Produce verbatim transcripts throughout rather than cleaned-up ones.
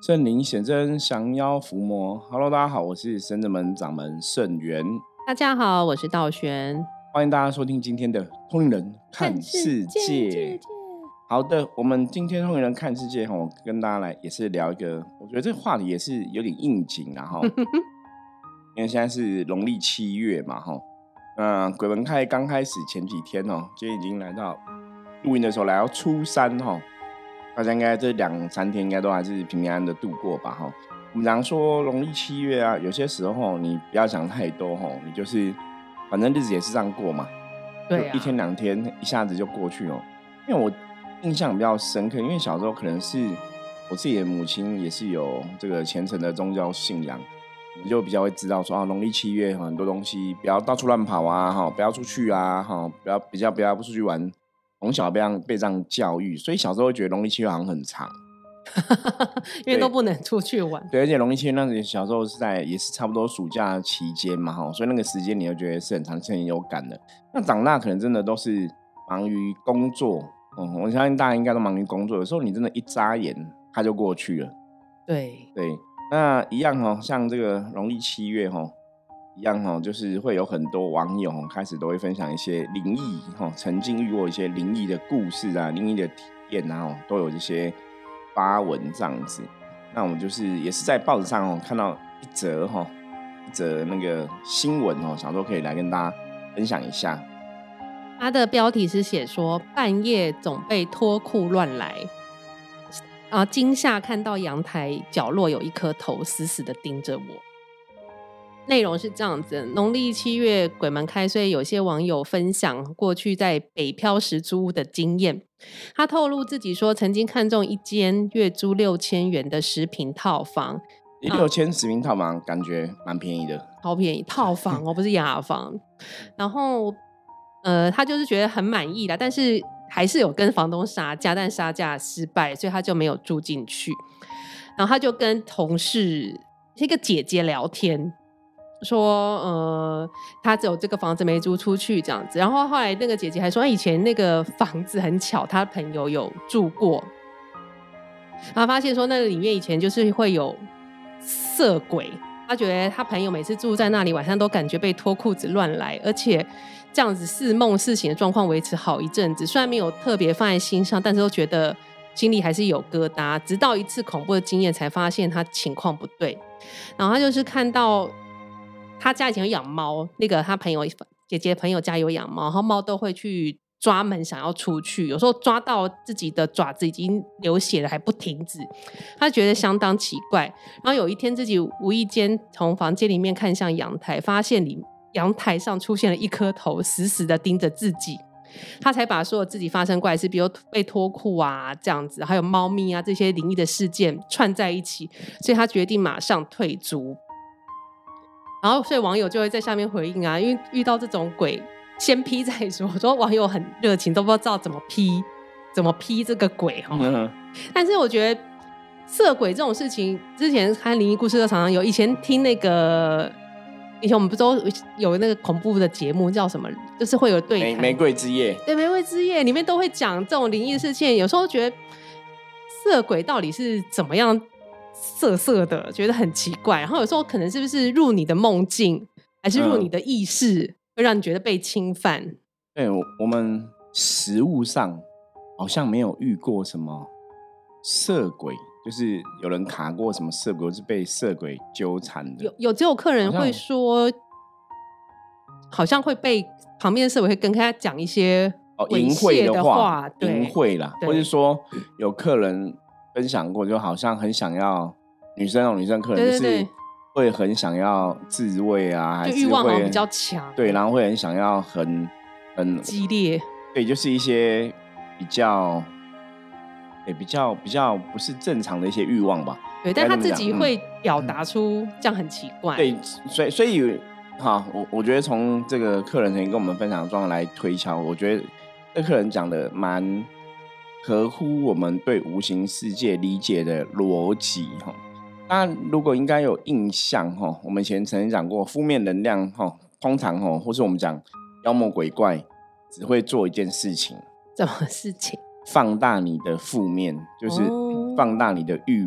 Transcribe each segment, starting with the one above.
圣灵显真，降妖伏魔。Hello， 大家好，我是圣真门掌门圣元。 大家好，我是道玄， 欢迎大家收听今天的通灵人看世界。好的，我们今天通灵人看世界吼，跟大家来也是聊一个，我觉得这个话题也是有点应景啦哈，因为现在是农历七月嘛哈，那鬼门开刚开始前几天哦，今天已经来到录音的时候来到初三哈。大家应该这两三天应该都还是平平安安的度过吧哈。我们常说农历七月啊，有些时候你不要想太多哈，你就是反正日子也是这样过嘛， 对啊， 一天两天一下子就过去了。因为我印象比较深刻，因为小时候可能是我自己的母亲也是有这个虔诚的宗教信仰，你就比较会知道说啊，农历七月很多东西不要到处乱跑啊，哈，不要出去啊，哈，不要比较不要不出去玩。从小被这样被这样教育，所以小时候会觉得农历七月好像很长， 因为都不能出去玩。 对，而且农历七月那时小时候是在也是差不多暑假期间嘛，哈，所以那个时间你就觉得是很长，是很有感的。那长大可能真的都是忙于工作，嗯，我相信大家应该都忙于工作，有时候你真的一眨眼它就过去了。 对对，那一样哈，像这个农历七月哈。一样哈，就是会有很多网友开始都会分享一些灵异哈，曾经遇过一些灵异的故事啊、灵异的体验啊，都有这些发文这样子。那我们就是也是在报纸上哦看到一则哈一则那个新闻哦，想说可以来跟大家分享一下。 它的标题是写说半夜总被脱裤乱来，啊，惊吓看到阳台角落有一颗头死死的盯着我。内容是这样子，农历七月鬼门开，所以有些网友分享过去在北漂时租屋的经验。他透露自己说，曾经看中一间月租六千元的十坪套房， 六千十坪套房感觉蛮便宜的， 好便宜，套房哦，不是雅房。然后，呃，他就是觉得很满意啦，但是还是有跟房东杀价，但杀价失败，所以他就没有住进去。然后他就跟同事一个姐姐聊天。说呃，他只有这个房子没租出去这样子，然后后来那个姐姐还说，以前那个房子很巧，他朋友有住过，然后发现说那个里面以前就是会有色鬼，他觉得他朋友每次住在那里晚上都感觉被脱裤子乱来，而且这样子似梦似醒的状况维持好一阵子，虽然没有特别放在心上，但是都觉得心里还是有疙瘩，直到一次恐怖的经验才发现他情况不对。然后他就是看到他家以前有养猫，那个他朋友姐姐朋友家有养猫，然后猫都会去抓门想要出去，有时候抓到自己的爪子已经流血了还不停止，他觉得相当奇怪。然后有一天自己无意间从房间里面看向阳台，发现里阳台上出现了一颗头，死死的盯着自己。他才把所有自己发生怪事，比如被脱裤啊这样子，还有猫咪啊这些灵异的事件串在一起，所以他决定马上退租。然后所以网友就会在下面回应啊，因为遇到这种鬼先批再说，说网友很热情，都不知道怎么批怎么批这个鬼、嗯、但是我觉得色鬼这种事情之前看灵异故事都常常有，以前听那个以前我们不是都有那个恐怖的节目叫什么，就是会有对谈， 玫瑰之夜， 对，玫瑰之夜里面都会讲这种灵异事件，有时候觉得色鬼到底是怎么样色色的，觉得很奇怪。然后有时候可能是不是入你的梦境，还是入你的意识、嗯、会让你觉得被侵犯。 对，我们实务上好像没有遇过什么色鬼，就是有人卡过什么色鬼，或是被色鬼纠缠的。 有有只有客人会说，好像会被旁边的色鬼会跟他讲一些猥亵的话， 淫秽啦，或是说有客人分享过，就好像很想要女生哦，女生客人就是会很想要自慰啊，还是就欲望好像比较强， 对，然后会很想要很很激烈， 对，就是一些比较。欸、比较比较不是正常的一些欲望吧， 对，但他自己会表达出、嗯、这样很奇怪。 对，所以所以哈，我我觉得从这个客人曾经跟我们分享的状况来推敲，我觉得这客人讲的蛮合乎我们对无形世界理解的逻辑哈。当然，如果应该有印象哈，我们以前曾经讲过，负面能量哈，通常哈，或是我们讲妖魔鬼怪，只会做一件事情， 什么事情？ 放大你的负面，就是放大你的欲望、哦、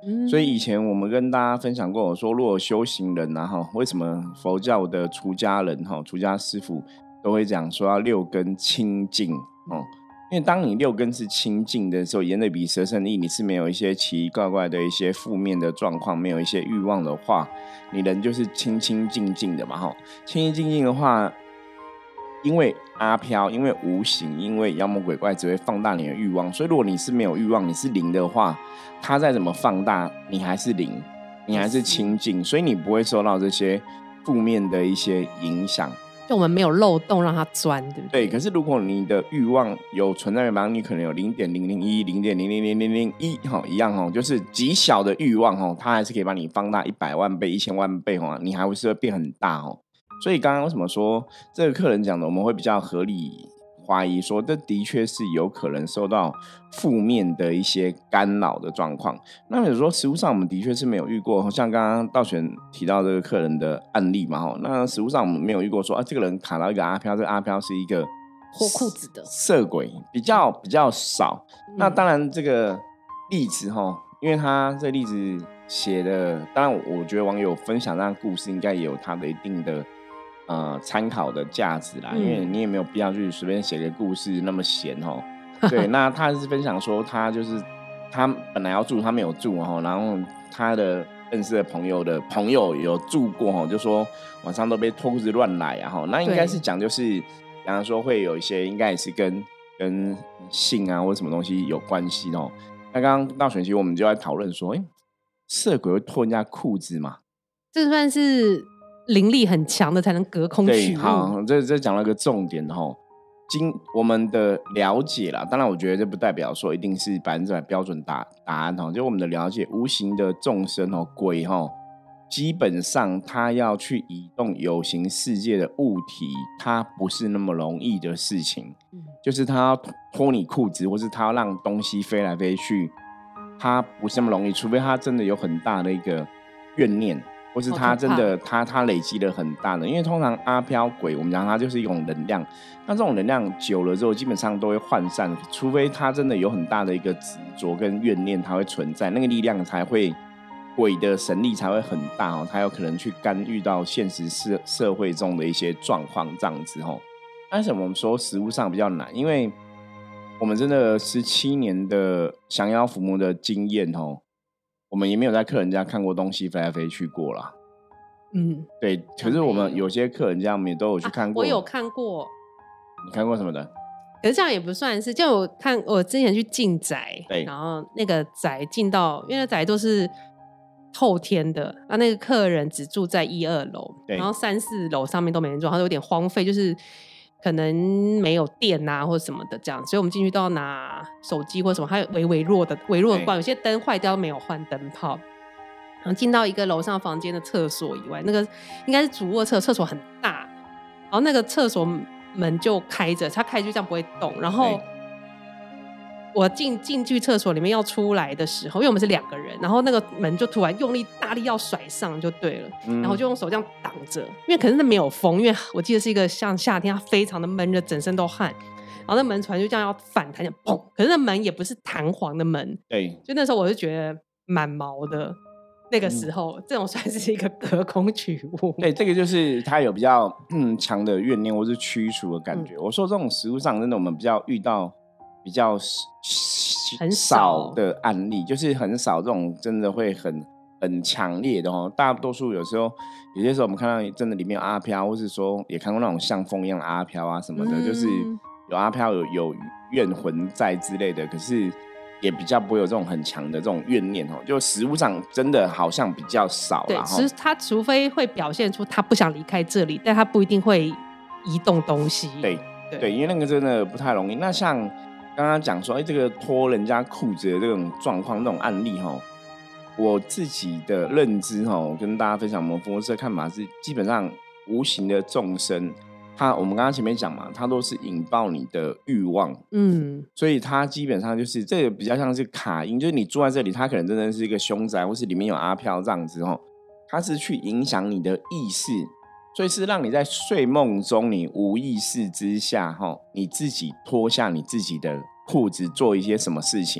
嗯， 所以以前我们跟大家分享过，我说如果修行人啊，为什么佛教的出家人出家师父都会讲说要六根清净哦？因为当你六根是清净的时候，眼耳鼻舌身意你是没有一些奇奇怪怪的一些负面的状况，没有一些欲望的话，你人就是清清净净的嘛哈。清清净净的话，因为阿飘，因为无形，因为妖魔鬼怪只会放大你的欲望，所以如果你是没有欲望，你是零的话，它再怎么放大，你还是零，你还是清净，所以你不会受到这些负面的一些影响。 就我们没有漏洞让它钻，对不对？ 对，可是如果你的欲望有存在，比方你可能有零点零零一、零点零零零零零一，一样就是极小的欲望，它还是可以把你放大一百万倍、一千万倍，你还会是会变很大。所以刚刚为什么说这个客人讲的，我们会比较合理怀疑说，这的确是有可能受到负面的一些干扰的状况。那么有时候实务上我们的确是没有遇过，像刚刚道玄提到这个客人的案例嘛，那实务上我们没有遇过说啊，这个人卡到一个阿飘，这个阿飘是一个脱裤子的色鬼，比较比较少。嗯、那当然这个例子因为他这个例子写的，当然我觉得网友分享这样的故事应该也有他的一定的呃，参考的价值啦，因为你也没有必要去随便写个故事那么闲哦。对，那他是分享说，他就是他本来要住，他没有住哦，然后他的认识的朋友的朋友有住过哦，就说晚上都被脱裤子乱来啊哈。那应该是讲就是，比方说会有一些，应该也是跟跟性啊或什么东西有关系哦。那刚刚到选期我们就在讨论说，哎，色鬼会脱人家裤子嘛？ 这算是灵力很强的才能隔空取物。 好，这这讲了个重点哈。经我们的了解啦，当然我觉得这不代表说一定是百分之百标准答答案哈。就我们的了解，无形的众生哦，鬼哈，基本上他要去移动有形世界的物体，它不是那么容易的事情。嗯、就是他要脱你裤子，或是他要让东西飞来飞去，他不是那么容易，除非他真的有很大的一个怨念。或是他真的他他累积了很大的，因为通常阿飘鬼我们讲它就是一种能量，那这种能量久了之后基本上都会涣散，除非他真的有很大的一个执着跟怨念，它会存在，那个力量才会，鬼的神力才会很大哦，它有可能去干预到现实社社会中的一些状况这样子哦。但是我们说实务上比较难，因为我们真的十七年的降妖伏魔的经验哦。我们也没有在客人家看过东西飞来飞去过啦，嗯，对。可是我们有些客人家我们也都有去看过、 啊。我有看过， 你看过什么的？ 可是这样也不算是，就我看我之前去进宅，对，然后那个宅进到，因为宅都是透天的，那那个客人只住在一二楼，然后三四楼上面都没人住，然后有点荒废，就是可能没有电啊或者什么的这样，所以我们进去都要拿手机或什么，还有微微弱的微弱的光，有些灯坏掉没有换灯泡。然后进到一个楼上房间的厕所以外，那个应该是主卧厕，厕所很大，然后那个厕所门就开着，它开就这样不会动。然后我进进去厕所里面要出来的时候，因为我们是两个人，然后那个门就突然用力大力要甩上就对了，嗯、然后就用手这样挡着，因为可是那没有风，因为我记得是一个像夏天，它非常的闷热，整身都汗，然后那门突然就这样要反弹，砰！可是那门也不是弹簧的门，对，就那时候我就觉得蛮毛的。那个时候、嗯、这种算是一个隔空取物。 对，这个就是他有比较嗯强的怨念或是驱除的感觉、嗯、我说这种实务上真的我们比较遇到比较很少的案例，就是很少这种真的会很很强烈的哦。大多数有时候有些时候我们看到真的里面有阿飘，或是说也看过那种像风一样的阿飘啊什么的、嗯、就是有阿飘有有怨魂在之类的，可是也比较不会有这种很强的这种怨念哦，就实务上真的好像比较少啦。 对，其实他除非会表现出他不想离开这里，但他不一定会移动东西。 对 对, 对，因为那个真的不太容易。那像刚刚讲说，哎，这个脱人家裤子的这种状况、这种案例哈，我自己的认知哈，我跟大家分享我们佛社看法是，基本上无形的众生。他我们刚刚前面讲嘛，他都是引爆你的欲望，嗯，所以他基本上就是这个比较像是卡因，就是你住在这里，他可能真的是一个凶宅，或是里面有阿飘这样子哦，他是去影响你的意识，所以是让你在睡梦中，你无意识之下哈，你自己脱下你自己的裤子做一些什么事情，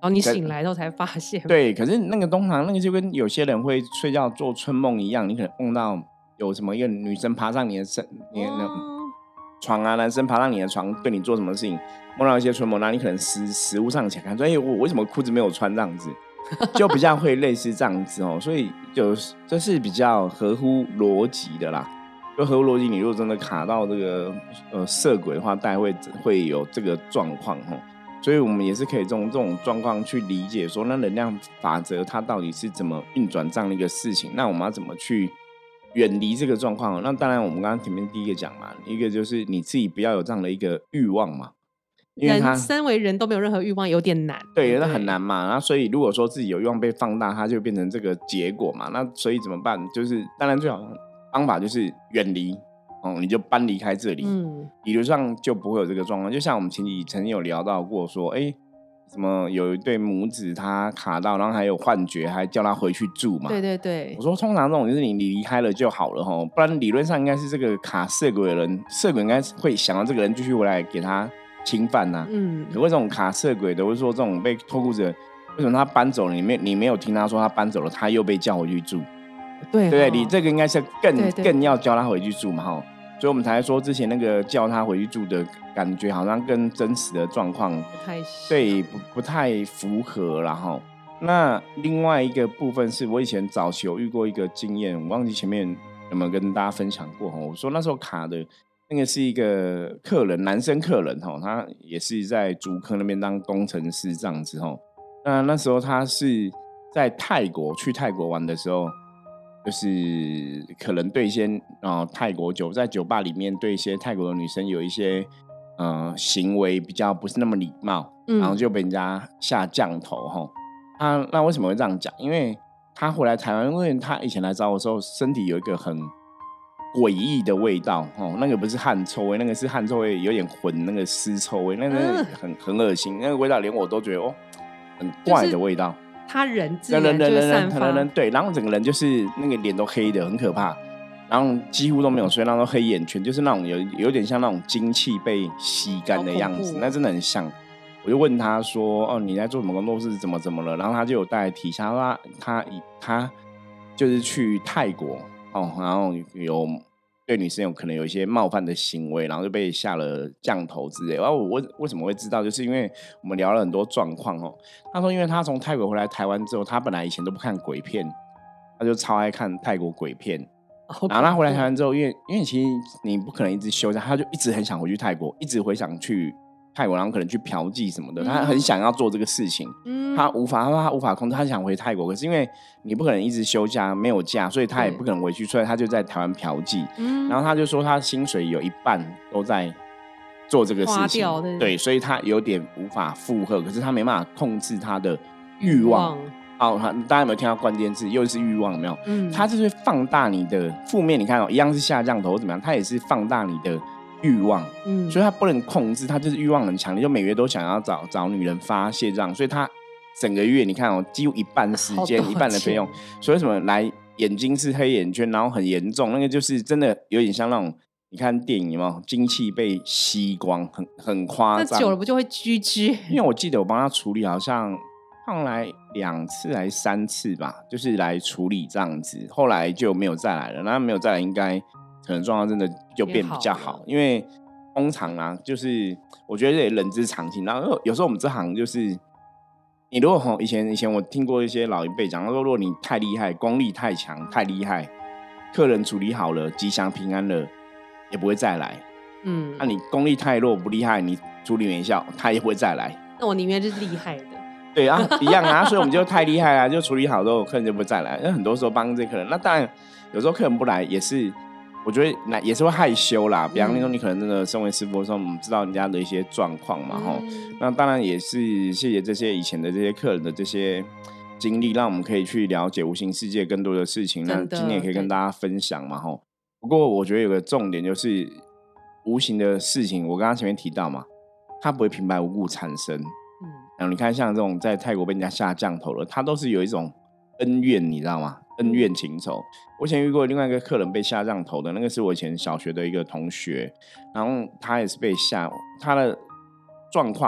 然后你醒来之后才发现。 对，可是那个通常那个就跟有些人会睡觉做春梦一样，你可能梦到有什么一个女生爬上你的身，你的床啊，男生爬上你的床对你做什么事情，梦到一些春梦，那你可能食食物上起来看说，哎、欸，我为什么裤子没有穿这样子，就比较会类似这样子哦，所以就这是比较合乎逻辑的啦。就合乎逻辑，你如果真的卡到这个呃色鬼的话，大概会会有这个状况哦。所以我们也是可以从这种状况去理解说，那能量法则它到底是怎么运转这样的一个事情，那我们要怎么去远离这个状况。那当然我们刚刚前面第一个讲嘛，一个就是你自己不要有这样的一个欲望嘛，因为他人身为人都没有任何欲望有点难， 对，那很难嘛。那所以如果说自己有欲望被放大，它就变成这个结果嘛。那所以怎么办？就是当然最好方法就是远离哦，你就搬离开这里，嗯，理论上就不会有这个状况。就像我们前几曾经有聊到过说，哎、欸，什么有一对母子他卡到，然后还有幻觉，还叫他回去住嘛。 对对对， 我说通常这种就是你离开了就好了齁，不然理论上应该是这个卡色鬼的人，色鬼应该会想要这个人继续回来给他侵犯呐、啊。嗯，可为这种卡色鬼的，或者说这种被托孤者，为什么他搬走了，你没你没有听他说他搬走了，他又被叫回去住？ 对， 对，你这个应该是更对对更要叫他回去住嘛齁。所以我们才说之前那个叫他回去住的感觉，好像跟真实的状况不太对不不太符合啦齁。那另外一个部分是我以前早期有遇过一个经验，我忘记前面有没有跟大家分享过齁。我说那时候卡的那个是一个客人，男生客人齁，他也是在竹科那边当工程师这样子齁。那那时候他是在泰国去泰国玩的时候。就是可能对一些、呃、泰国酒在酒吧里面对一些泰国的女生有一些呃行为比较不是那么礼貌、嗯、然后就被人家下降头齁。他那为什么会这样讲？因为他回来台湾，因为他以前来找我的时候身体有一个很诡异的味道齁，那个不是汗臭味，那个是汗臭味有点混那个尸臭味，那个很很恶心，那个味道连我都觉得哦很怪的味道。就是他人自然就散发， 对，然后整个人就是那个脸都黑的，很可怕，然后几乎都没有睡，然后黑眼圈，就是那种有有点像那种精气被吸干的样子，那真的很像。我就问他说：“哦，你在做什么工作？是怎么怎么了？”然后他就有带提一下，他他他就是去泰国哦，然后有对女生有可能有一些冒犯的行为，然后就被下了降头之类。然后我为什么会知道？就是因为我们聊了很多状况哦。他说，因为他从泰国回来台湾之后，他本来以前都不看鬼片，他就超爱看泰国鬼片。然后他回来台湾之后，因为因为其实你不可能一直休假，他就一直很想回去泰国，一直回想去泰国，然后可能去嫖妓什么的，他很想要做这个事情。嗯，他无法，他无法控制，他想回泰国，可是因为你不可能一直休假，没有假，所以他也不可能回去，所以他就在台湾嫖妓。嗯，然后他就说他薪水有一半都在做这个事情，对，所以他有点无法负荷，可是他没办法控制他的欲望。哦，大家有没有听到关键字？又是欲望，有没有？嗯，他就是放大你的负面。你看哦，一样是下降头怎么样？他也是放大你的欲望，嗯，所以他不能控制，他就是欲望很强烈，就每月都想要找找女人发泄这样，所以他整个月你看哦，几乎一半时间、一半的费用，所以为什么来眼睛是黑眼圈，然后很严重，那个就是真的有点像那种你看电影有没有？精气被吸光，很很夸张。 那久了不就会居居？ 因为我记得我帮他处理，好像上来两次还是三次吧，就是来处理这样子，后来就没有再来了。那没有再来，应该可能状况真的就变比较好，因为通常啊，就是我觉得这也人之常情。然后有时候我们这行就是，你如果以前以前我听过一些老一辈讲说，如果你太厉害，功力太强，太厉害，客人处理好了，吉祥平安了，也不会再来。嗯，那、啊、你功力太弱，不厉害，你处理没效，他也不会再来。 那我宁愿就是厉害的。 对啊，一样啊，所以我们就太厉害啊，就处理好之后，客人就不会再来。那很多时候帮这客人，那当然有时候客人不来也是。我觉得那也是会害羞啦，比方说你可能真的身为师傅的时候，我们知道人家的一些状况嘛，吼、嗯，那当然也是谢谢这些以前的这些客人的这些经历，让我们可以去了解无形世界更多的事情。那今天也可以跟大家分享嘛，吼。不过我觉得有个重点就是，无形的事情，我刚刚前面提到嘛，它不会平白无故产生。嗯，然后你看像这种在泰国被人家下降头了，它都是有一种恩怨，你知道吗？恩怨情仇。我以前遇过另外一个客人被下降头的，那个是我以前小学的一个同学，然后他也是被下，他的状况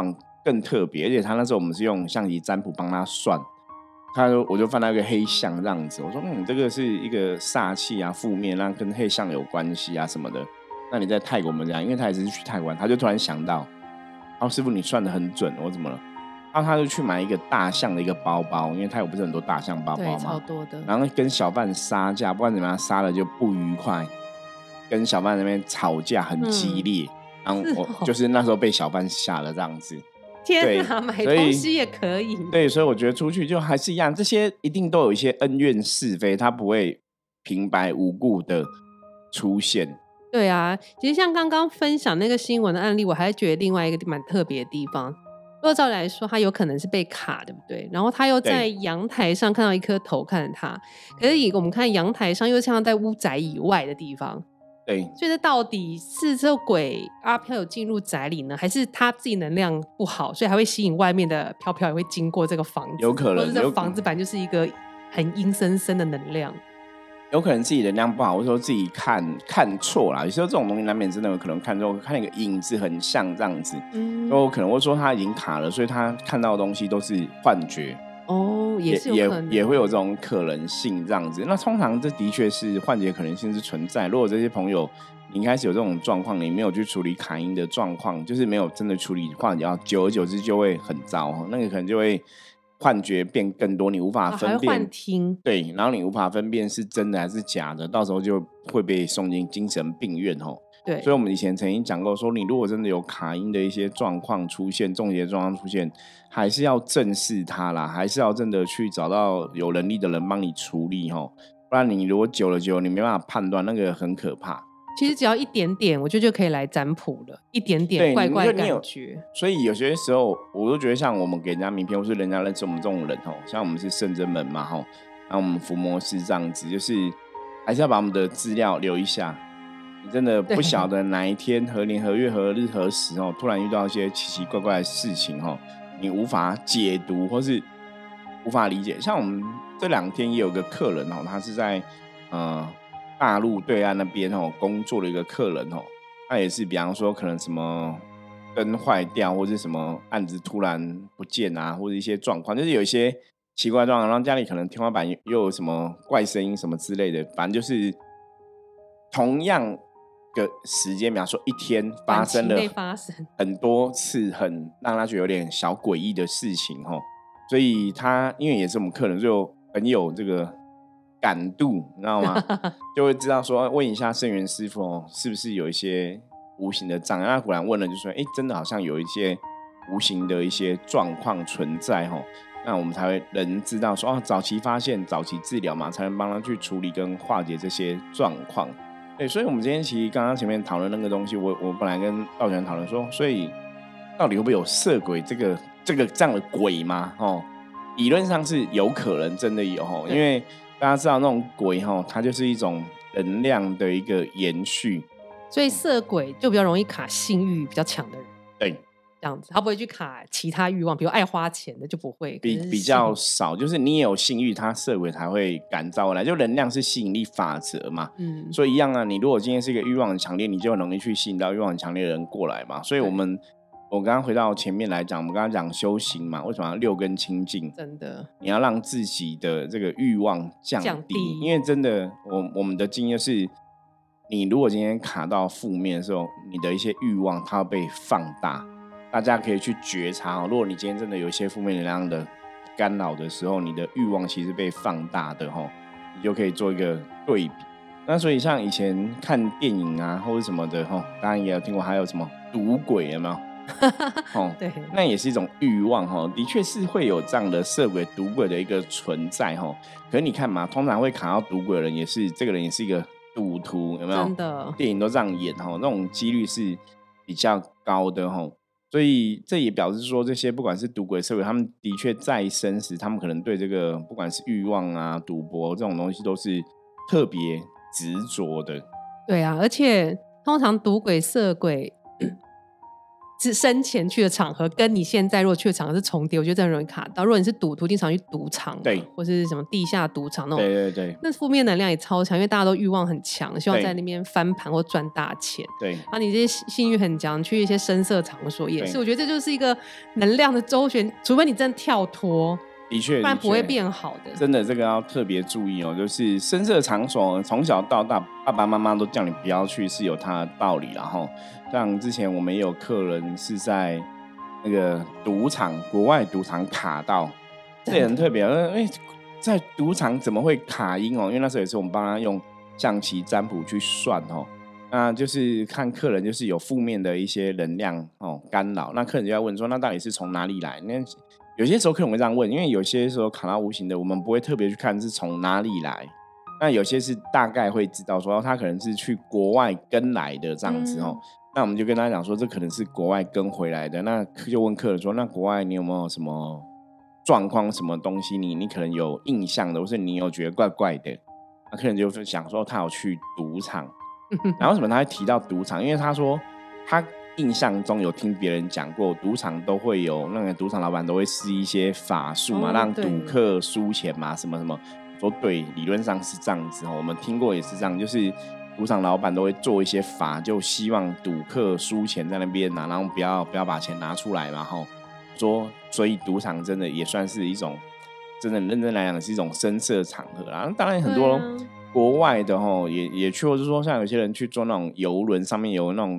更特别，而且他那时候我们是用象棋占卜帮他算，他说我就翻到一个黑象这样子，我说嗯，这个是一个煞气啊，负面，那跟黑象有关系啊什么的。那你在泰国我们讲，因为他也是去泰国，他就突然想到，哦，师傅你算得很准，我怎么了？然后他就去买一个大象的一个包包，因为泰国不是很多大象包包嘛， 对，超多的。 然后跟小贩杀价，不管怎么样杀了就不愉快，跟小贩那边吵架很激烈，嗯、然后我、哦、就是那时候被小贩吓了这样子。 天哪，买东西也可以。 对，所以我觉得出去就还是一样，这些一定都有一些恩怨是非，他不会平白无故的出现。 对啊，其实像刚刚分享那个新闻的案例，我还觉得另外一个蛮特别的地方。如果照理来说，他有可能是被卡，对不对？然后他又在阳台上看到一颗头看着他，可是以我们看阳台上又像在屋宅以外的地方， 对， 所以这到底是这鬼阿飘有进入宅里呢，还是他自己能量不好，所以还会吸引外面的飘飘也会经过这个房子？ 有可能， 或者这房子本来就是一个很阴森森的能量。 有可能自己能量不好，或者说自己看看错啦。有时候这种东西难免真的有可能看错，看那个影子很像这样子，嗯，有可能会说他已经卡了，所以他看到的东西都是幻觉。 哦，也是有可能， 也, 也会有这种可能性这样子。那通常这的确是幻觉可能性是存在。如果这些朋友你一开始有这种状况，你没有去处理卡因的状况，就是没有真的处理幻觉，久而久之就会很糟，那个可能就会幻觉变更多，你无法分辨，啊、还会幻听， 对，然后你无法分辨是真的还是假的，到时候就会被送进精神病院吼。 对， 所以我们以前曾经讲过说，你如果真的有卡因的一些状况出现，中邪状况出现，还是要正视它啦，还是要真的去找到有能力的人帮你处理吼，不然你如果久了久了你没办法判断，那个很可怕。 其实只要一点点，我觉得就可以来占卜了，一点点怪怪感觉。 所以有些时候，我都觉得像我们给人家名片，或是人家认识我们这种人吼，像我们是圣真门嘛吼，然后我们伏魔师这样子，就是还是要把我们的资料留一下。你真的不晓得哪一天何年何月何日何时哦，突然遇到一些奇奇怪怪的事情哦，你无法解读或是无法理解。像我们这两天也有个客人哦，他是在呃。大陆对岸那边哦工作的一个客人哦，他也是比方说可能什么灯坏掉，或是什么案子突然不见啊，或者一些状况，就是有一些奇怪状况，然后家里可能天花板又有什么怪声音什么之类的，反正就是同样的时间，比方说一天发生了很多次很让他觉得有点小诡异的事情哦，所以他因为也是我们客人，就很有这个感度，你知道吗？就会知道说问一下圣元师傅哦，是不是有一些无形的障碍？那果然问了，就说哎，真的好像有一些无形的一些状况存在哦。那我们才会能知道说哦，早期发现、早期治疗嘛，才能帮他去处理跟化解这些状况。对，所以我们今天其实刚刚前面讨论那个东西，我我本来跟道玄讨论说，所以到底会不会有色鬼这个这个这样的鬼吗？哦，理论上是有可能真的有哦，因为大家知道那种鬼哈，它就是一种能量的一个延续， 所以色鬼就比较容易卡性欲比较强的人。 对， 这样子，他不会去卡其他欲望，比如爱花钱的就不会， 比比较少。就是你也有性欲，他色鬼才会感召来，就能量是吸引力法则嘛。嗯，所以一样啊，你如果今天是一个欲望很强烈，你就很容易去吸引到欲望很强烈的人过来嘛。所以我们。我刚刚回到前面来讲，我们刚刚讲修行嘛，为什么要六根清净？ 真的， 你要让自己的这个欲望降 低, 降低因为真的，我我们的经验是，你如果今天卡到负面的时候，你的一些欲望它会被放大。大家可以去觉察哦，如果你今天真的有一些负面能量的干扰的时候，你的欲望其实被放大的哦，你就可以做一个对比。那所以像以前看电影啊或者什么的哦，当然也有听过，还有什么赌鬼有没有？哦， 对， 那也是一种欲望哈，的确是会有这样的色鬼、赌鬼的一个存在哈。可是你看嘛，通常会卡到赌鬼的人，也是这个人也是一个赌徒，有没有？ 真的， 电影都这样演哈，那种几率是比较高的哈。所以这也表示说，这些不管是赌鬼、色鬼，他们的确在生时，他们可能对这个不管是欲望啊、赌博这种东西，都是特别执着的。 对啊，而且通常赌鬼、色鬼。 生前去的场合跟你现在如果去的场合是重叠，我觉得这很容易卡到。如果你是赌徒，经常去赌场， 对， 或是什么地下赌场那种， 对对对， 那负面能量也超强，因为大家都欲望很强，希望在那边翻盘或赚大钱。 对， 然后你这些性欲很强，去一些声色场所也是，我觉得这就是一个能量的周旋，除非你真的跳脱。 的确， 不然不会变好的。 真的，这个要特别注意哦。就是声色场所，从小到大，爸爸妈妈都叫你不要去，是有它的道理。然后，像之前我们也有客人是在那个赌场，国外赌场卡到，这也很特别。因为在赌场怎么会卡阴哦？因为那时候也是我们帮他用象棋占卜去算哦。那就是看客人就是有负面的一些能量哦干扰，那客人就要问说，那到底是从哪里来？那有些时候客人会这样问，因为有些时候卡到无形的，我们不会特别去看是从哪里来。那有些是大概会知道说他可能是去国外跟来的这样子哦、嗯。那我们就跟他讲说，这可能是国外跟回来的。那就问客人说，那国外你有没有什么状况、什么东西你你可能有印象的，或是你有觉得怪怪的？那客人就想说他有去赌场，然后为什么他会提到赌场？因为他说他印象中有听别人讲过，赌场都会有那个赌场老板都会施一些法术嘛，哦、让赌客输钱嘛，什么什么。说对，理论上是这样子，我们听过也是这样，就是赌场老板都会做一些法，就希望赌客输钱在那边拿，然后不要不要把钱拿出来嘛，吼。说所以赌场真的也算是一种，真的认真来讲是一种声色场合啦。当然很多国外的吼也也去过，就是说像有些人去做那种游轮，上面有那种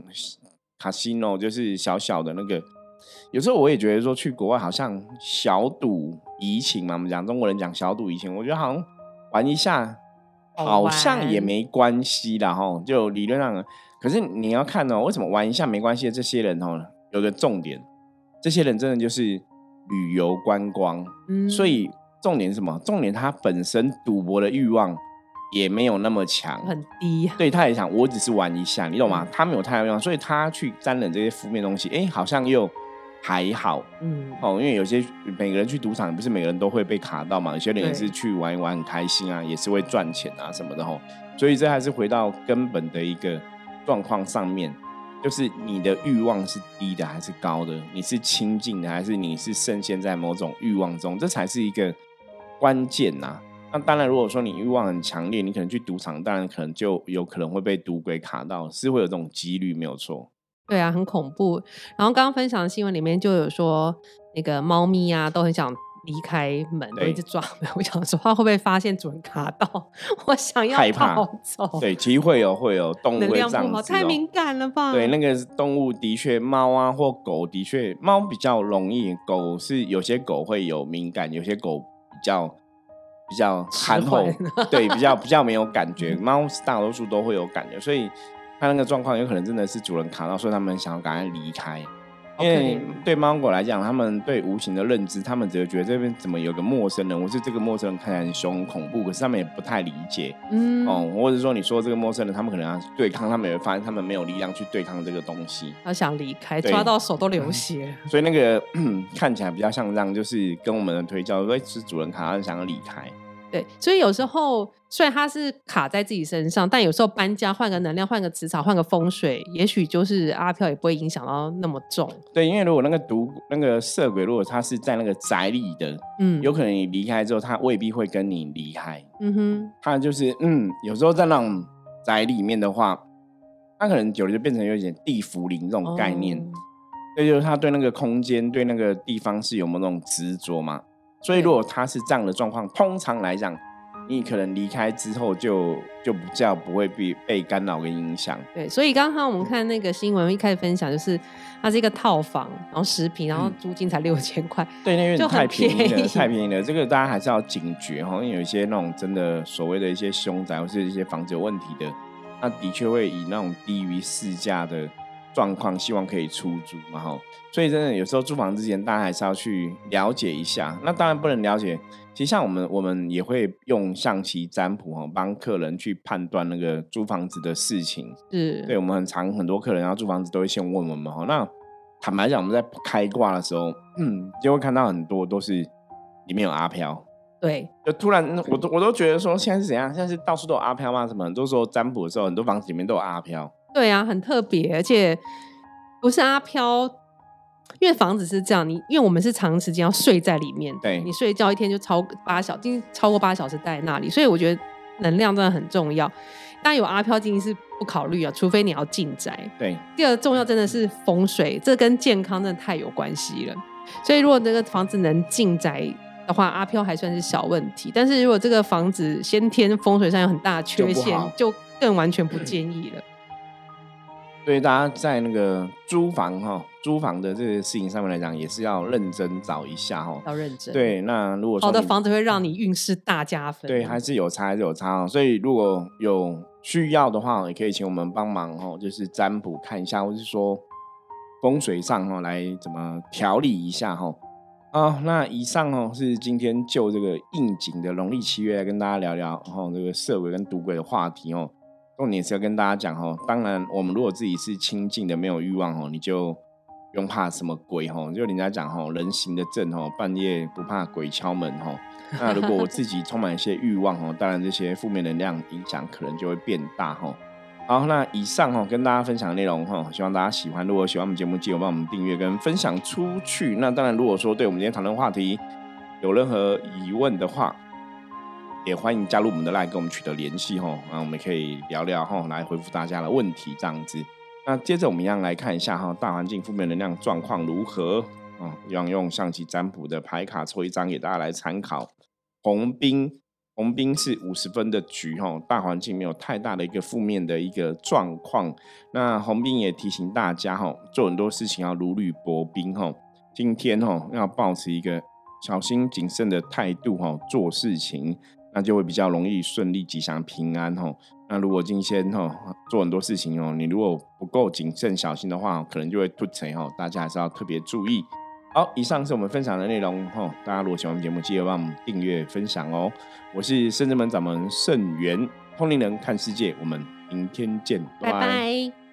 casino，就是小小的那个，有时候我也觉得说去国外好像小赌怡情嘛，我们讲中国人讲小赌怡情，我觉得好像玩一下好像也没关系啦齁，就理论上。可是你要看哦，为什么玩一下没关系的这些人哦，有个重点，这些人真的就是旅游观光、嗯、所以重点是什么？重点他本身赌博的欲望也没有那么强， 很低、啊、 对，他也想我只是玩一下，你懂吗、嗯、他没有太大欲望，所以他去沾染这些负面东西，哎，好像又还好、嗯哦、因为有些每个人去赌场不是每个人都会被卡到嘛，有些人也是去玩一玩很开心啊，也是会赚钱啊什么的、哦、所以这还是回到根本的一个状况上面，就是你的欲望是低的还是高的，你是清净的还是你是深陷在某种欲望中，这才是一个关键啊。那当然如果说你欲望很强烈，你可能去赌场，当然可能就有可能会被赌鬼卡到，是会有这种几率，没有错。 对啊，很恐怖。然后刚刚分享的新闻里面就有说那个猫咪啊都很想离开门，都一直抓门，我想说它会不会发现主人卡到，我想要跑走。 对，其实会有会有动物会这样子、哦、能量不好， 太敏感了吧。 对，那个动物的确，猫啊或狗的确，猫比较容易，狗是有些狗会有敏感，有些狗比较比较憨厚，对，比较比较没有感觉。猫大多数都会有感觉，所以它那个状况有可能真的是主人卡到，所以他们想要赶快离开。因为对猫狗来讲，他们对无形的认知，他们只会觉得这边怎么有个陌生人，或是这个陌生人看起来很凶很恐怖，可是他们也不太理解，嗯，哦，或者说你说这个陌生人，他们可能要对抗，他们也会发现他们没有力量去对抗这个东西， 他想离开，抓到手都流血， 所以那个看起来比较像这样，就是跟我们的推教说是主人卡，他想要离开。 对，所以有时候虽然它是卡在自己身上，但有时候搬家换个能量，换个磁场，换个风水，也许就是阿飘也不会影响到那么重。 对，因为如果那个毒那个色鬼，如果他是在那个宅里的，嗯，有可能你离开之后，他未必会跟你离开。嗯哼，他就是嗯，有时候在那种宅里面的话，他可能久了就变成有点地府灵这种概念。所以、哦、就是他对那个空间、对那个地方是有没有那种执着嘛？所以如果他是这样的状况，通常来讲你可能离开之后就就比较不会 被, 被干扰跟影响。 对，所以刚刚我们看那个新闻一开始分享，就是它是一个套房，然后十坪，然后租金才六千块， 对，那就太便宜了，太便宜了。这个大家还是要警觉，因为有一些那种真的所谓的一些凶宅或是一些房子有问题的，那的确会以那种低于市价的状况希望可以出租嘛，所以真的有时候租房之前大家还是要去了解一下。那当然不能了解，其实像我们我们也会用象棋占卜帮客人去判断那个租房子的事情。是，对，我们很常很多客人要租房子都会先问我们。那坦白讲，我们在开挂的时候，嗯，就会看到很多都是里面有阿飘。 对， 就突然我都我都觉得说现在是怎样？现在是到处都有阿飘吗？什么很多时候占卜的时候，很多房子里面都有阿飘。 对啊，很特别，而且不是阿飘因为房子是这样，你因为我们是长时间要睡在里面， 对， 你睡觉一天就超八小时，超过八小时待在那里，所以我觉得能量真的很重要。当然有阿飘进是不考虑啊，除非你要进宅。 对， 第二重要真的是风水，这跟健康真的太有关系了。所以如果这个房子能进宅的话，阿飘还算是小问题，但是如果这个房子先天风水上有很大的缺陷，就, 就更完全不建议了。 所以大家在那个租房哈，租房的这个事情上面来讲，也是要认真找一下哈， 要认真。 对，那如果说好的房子会让你运势大加分， 对，还是有差，还是有差哦。所以如果有需要的话，也可以请我们帮忙哈，就是占卜看一下，或是说风水上哈来怎么调理一下哈。啊，那以上哦是今天就这个应景的农历七月来跟大家聊聊哈这个色鬼跟赌鬼的话题哦。重点是要跟大家讲哦，当然我们如果自己是清净的没有欲望哦，你就不用怕什么鬼哦。就人家讲哦，人行的正哦，半夜不怕鬼敲门哦。那如果我自己充满一些欲望哦，当然这些负面能量影响可能就会变大哦。好，那以上哦跟大家分享的内容哦，希望大家喜欢。如果喜欢我们节目，记得帮我们订阅跟分享出去。那当然，如果说对我们今天讨论话题有任何疑问的话，也欢迎加入我们的 LINE 跟我们取得联系吼，那我们可以聊聊吼，来回复大家的问题这样子。那接着我们一样来看一下哈，大环境负面能量状况如何啊？一样用象棋占卜的牌卡抽一张给大家来参考。红兵，红兵是五十分的局哈，大环境没有太大的一个负面的一个状况。那红兵也提醒大家哈，做很多事情要如履薄冰哈，今天哈要保持一个小心谨慎的态度哈，做事情。那就会比较容易顺利吉祥平安吼。那如果今天吼做很多事情哦，你如果不够谨慎小心的话，可能就会突锤吼，大家还是要特别注意。好，以上是我们分享的内容吼，大家如果喜欢节目，记得帮我们订阅分享哦。我是圣真门掌门圣元，通灵人看世界，我们明天见， 拜拜。